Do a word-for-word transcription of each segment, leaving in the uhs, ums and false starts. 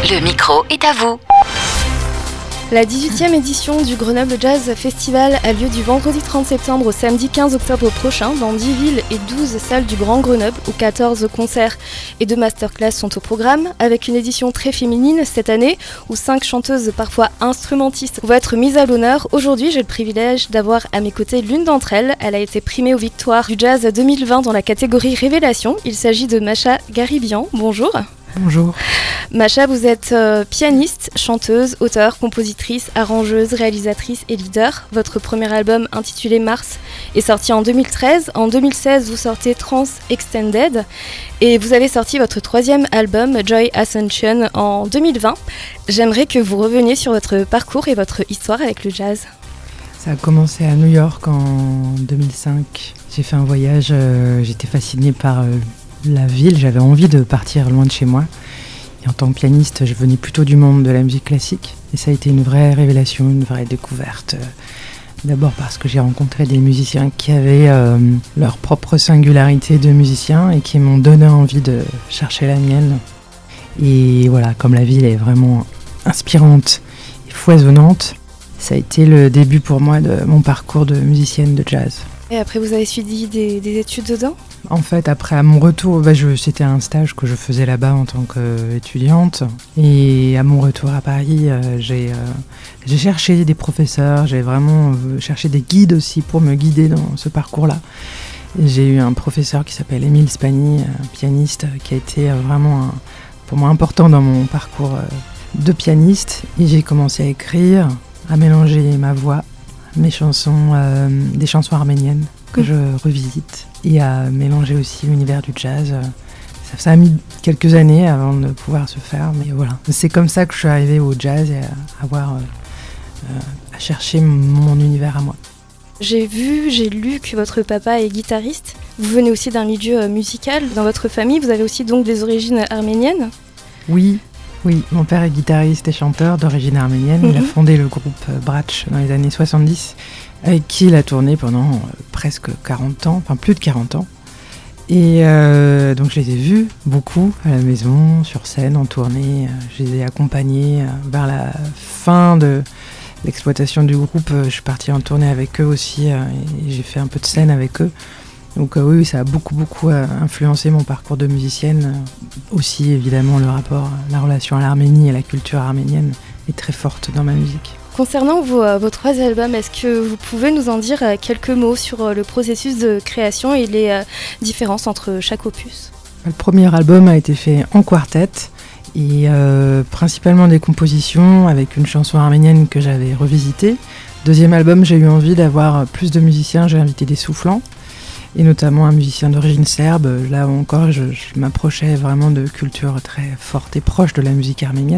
Le micro est à vous. La dix-huitième édition du Grenoble Jazz Festival a lieu du vendredi trente septembre au samedi quinze octobre prochain dans dix villes et douze salles du Grand Grenoble où quatorze concerts et deux masterclass sont au programme, avec une édition très féminine cette année où cinq chanteuses parfois instrumentistes vont être mises à l'honneur. Aujourd'hui, j'ai le privilège d'avoir à mes côtés l'une d'entre elles. Elle a été primée aux victoires du Jazz deux mille vingt dans la catégorie Révélation. Il s'agit de Masha Garibian. Bonjour. Bonjour. Masha, vous êtes euh, pianiste, chanteuse, auteure, compositrice, arrangeuse, réalisatrice et leader. Votre premier album intitulé Mars est sorti en deux mille treize. En deux mille seize, vous sortez Trance Extended et vous avez sorti votre troisième album Joy Ascension en deux mille vingt. J'aimerais que vous reveniez sur votre parcours et votre histoire avec le jazz. Ça a commencé à New York en deux mille cinq. J'ai fait un voyage, euh, j'étais fascinée par euh, la ville, j'avais envie de partir loin de chez moi. Et en tant que pianiste, je venais plutôt du monde de la musique classique. Et ça a été une vraie révélation, une vraie découverte. D'abord parce que j'ai rencontré des musiciens qui avaient euh, leur propre singularité de musiciens et qui m'ont donné envie de chercher la mienne. Et voilà, comme la ville est vraiment inspirante et foisonnante, ça a été le début pour moi de mon parcours de musicienne de jazz. Et après, vous avez suivi des, des études dedans ? En fait, après, à mon retour, bah, je, c'était un stage que je faisais là-bas en tant qu'étudiante. Et à mon retour à Paris, euh, j'ai, euh, j'ai cherché des professeurs, j'ai vraiment euh, cherché des guides aussi pour me guider dans ce parcours-là. Et j'ai eu un professeur qui s'appelle Émile Spagny, un pianiste, qui a été euh, vraiment, un, pour moi, important dans mon parcours euh, de pianiste. Et j'ai commencé à écrire, à mélanger ma voix, mes chansons, euh, des chansons arméniennes que je revisite, et à mélanger aussi l'univers du jazz. Ça, ça a mis quelques années avant de pouvoir se faire, mais voilà. C'est comme ça que je suis arrivée au jazz et à, avoir, euh, euh, à chercher mon univers à moi. J'ai vu, j'ai lu que votre papa est guitariste. Vous venez aussi d'un milieu musical. Dans votre famille, vous avez aussi donc des origines arméniennes ? Oui. Oui, mon père est guitariste et chanteur d'origine arménienne. Mm-hmm. Il a fondé le groupe Bratch dans les années soixante-dix, avec qui il a tourné pendant euh, presque quarante ans, enfin plus de quarante ans. Et euh, donc je les ai vus beaucoup à la maison, sur scène, en tournée. Je les ai accompagnés euh, vers la fin de l'exploitation du groupe. Je suis partie en tournée avec eux aussi euh, et j'ai fait un peu de scène avec eux. Donc euh, oui, ça a beaucoup, beaucoup euh, influencé mon parcours de musicienne. Euh, aussi, évidemment, le rapport, la relation à l'Arménie et la culture arménienne est très forte dans ma musique. Concernant vos, euh, vos trois albums, est-ce que vous pouvez nous en dire euh, quelques mots sur euh, le processus de création et les euh, différences entre chaque opus ? Le premier album a été fait en quartet et euh, principalement des compositions avec une chanson arménienne que j'avais revisitée. Deuxième album, j'ai eu envie d'avoir plus de musiciens, j'ai invité des soufflants. Et notamment un musicien d'origine serbe. Là encore, je, je m'approchais vraiment de culture très forte et proche de la musique arménienne.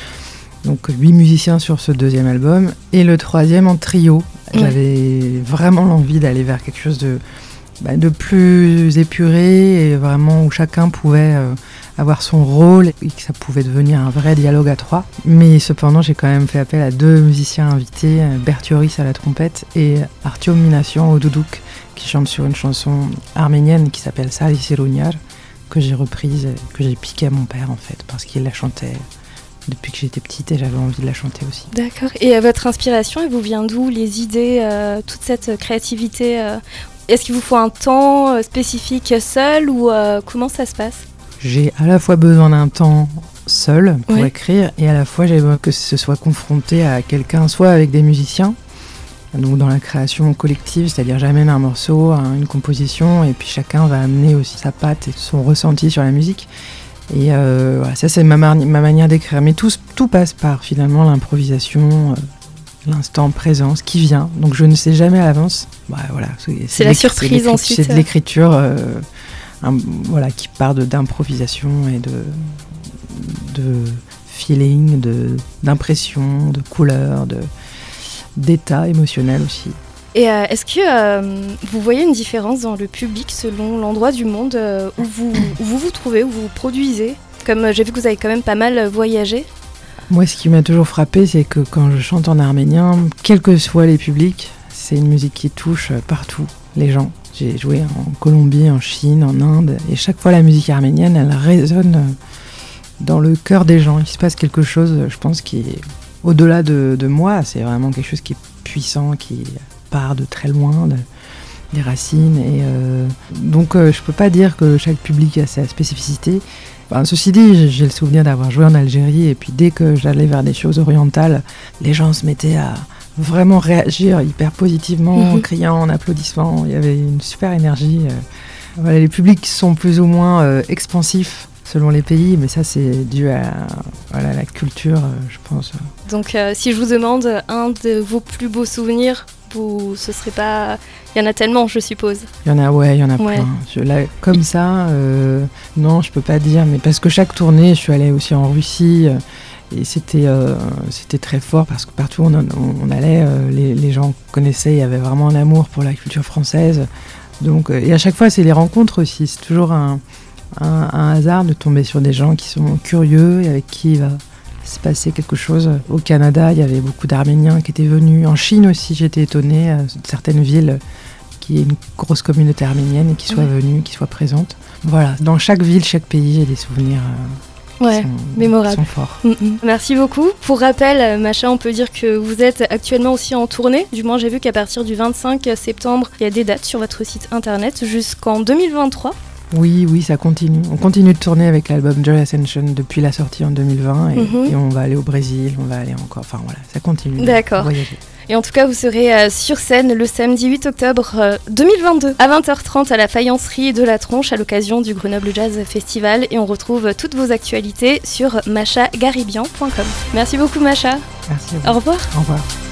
Donc huit musiciens sur ce deuxième album. Et le troisième en trio. Ouais. J'avais vraiment l'envie d'aller vers quelque chose de, bah, de plus épuré et vraiment où chacun pouvait euh, avoir son rôle et que ça pouvait devenir un vrai dialogue à trois. Mais cependant, j'ai quand même fait appel à deux musiciens invités, Bert Yoris à la trompette et Artyom Minassian au doudouk, qui chante sur une chanson arménienne qui s'appelle Sali Sirounyar, que j'ai reprise, que j'ai piqué à mon père en fait, parce qu'il la chantait depuis que j'étais petite et j'avais envie de la chanter aussi. D'accord. Et euh, votre inspiration, elle vous vient d'où, les idées, euh, toute cette créativité euh, Est-ce qu'il vous faut un temps euh, spécifique seul ou euh, comment ça se passe ? J'ai à la fois besoin d'un temps seul pour ouais. écrire et à la fois j'ai besoin que ce soit confronté à quelqu'un, soit avec des musiciens, donc dans la création collective, c'est-à-dire j'amène un morceau, une composition, et puis chacun va amener aussi sa patte et son ressenti sur la musique. Et euh, voilà, ça c'est ma, mar- ma manière d'écrire. Mais tout, tout passe par finalement l'improvisation, euh, l'instant présent, ce qui vient. Donc je ne sais jamais à l'avance. Bah, voilà, c'est c'est la surprise c'est ensuite. C'est de l'écriture euh, un, voilà, qui part de, d'improvisation et de, de feeling, de, d'impression, de couleur, de... d'état émotionnel aussi. Et euh, est-ce que euh, vous voyez une différence dans le public selon l'endroit du monde euh, où, vous, où vous vous trouvez, où vous vous produisez ? Comme euh, j'ai vu que vous avez quand même pas mal voyagé. Moi, ce qui m'a toujours frappé, c'est que quand je chante en arménien, quels que soient les publics, c'est une musique qui touche partout les gens. J'ai joué en Colombie, en Chine, en Inde, et chaque fois la musique arménienne, elle résonne dans le cœur des gens. Il se passe quelque chose, je pense, qui est au-delà de, de moi. C'est vraiment quelque chose qui est puissant, qui part de très loin, de, des racines. Et euh, donc, euh, je peux pas dire que chaque public a sa spécificité. Enfin, ceci dit, j'ai le souvenir d'avoir joué en Algérie, et puis dès que j'allais vers des choses orientales, les gens se mettaient à vraiment réagir hyper positivement, mmh. en criant, en applaudissant. Il y avait une super énergie. Voilà, les publics sont plus ou moins euh, expansifs selon les pays, mais ça c'est dû à voilà, la culture, euh, je pense. Donc euh, si je vous demande un de vos plus beaux souvenirs, vous, ce serait pas... Il y en a tellement, je suppose. Il y en a, ouais, il y en a ouais. plein. Je, là, comme ça, euh, non, je peux pas dire, mais parce que chaque tournée, je suis allée aussi en Russie, euh, et c'était, euh, c'était très fort, parce que partout où on, on, on allait, euh, les, les gens connaissaient, il y avait vraiment un amour pour la culture française. Donc, et à chaque fois, c'est les rencontres aussi. C'est toujours un, un, un hasard de tomber sur des gens qui sont curieux et avec qui il va se passer quelque chose. Au Canada, il y avait beaucoup d'Arméniens qui étaient venus. En Chine aussi, j'étais étonnée de certaines villes qui aient une grosse communauté arménienne et qui soient ouais. venues, qui soient présentes. Voilà, dans chaque ville, chaque pays, j'ai des souvenirs euh, ouais, qui, sont, mémorables. qui sont forts. Mm-hmm. Merci beaucoup. Pour rappel, Macha, on peut dire que vous êtes actuellement aussi en tournée. Du moins, j'ai vu qu'à partir du vingt-cinq septembre, il y a des dates sur votre site internet jusqu'en deux mille vingt-trois. Oui, oui, ça continue. On continue de tourner avec l'album Joy Ascension depuis la sortie en deux mille vingt et, mm-hmm. et on va aller au Brésil, on va aller encore... Enfin voilà, ça continue. D'accord. Voyager. Et en tout cas, vous serez euh, sur scène le samedi huit octobre euh, deux mille vingt-deux à vingt heures trente à la Faïencerie de la Tronche à l'occasion du Grenoble Jazz Festival. Et on retrouve toutes vos actualités sur macha garibian point com. Merci beaucoup Macha. Merci à vous. Au revoir. Au revoir.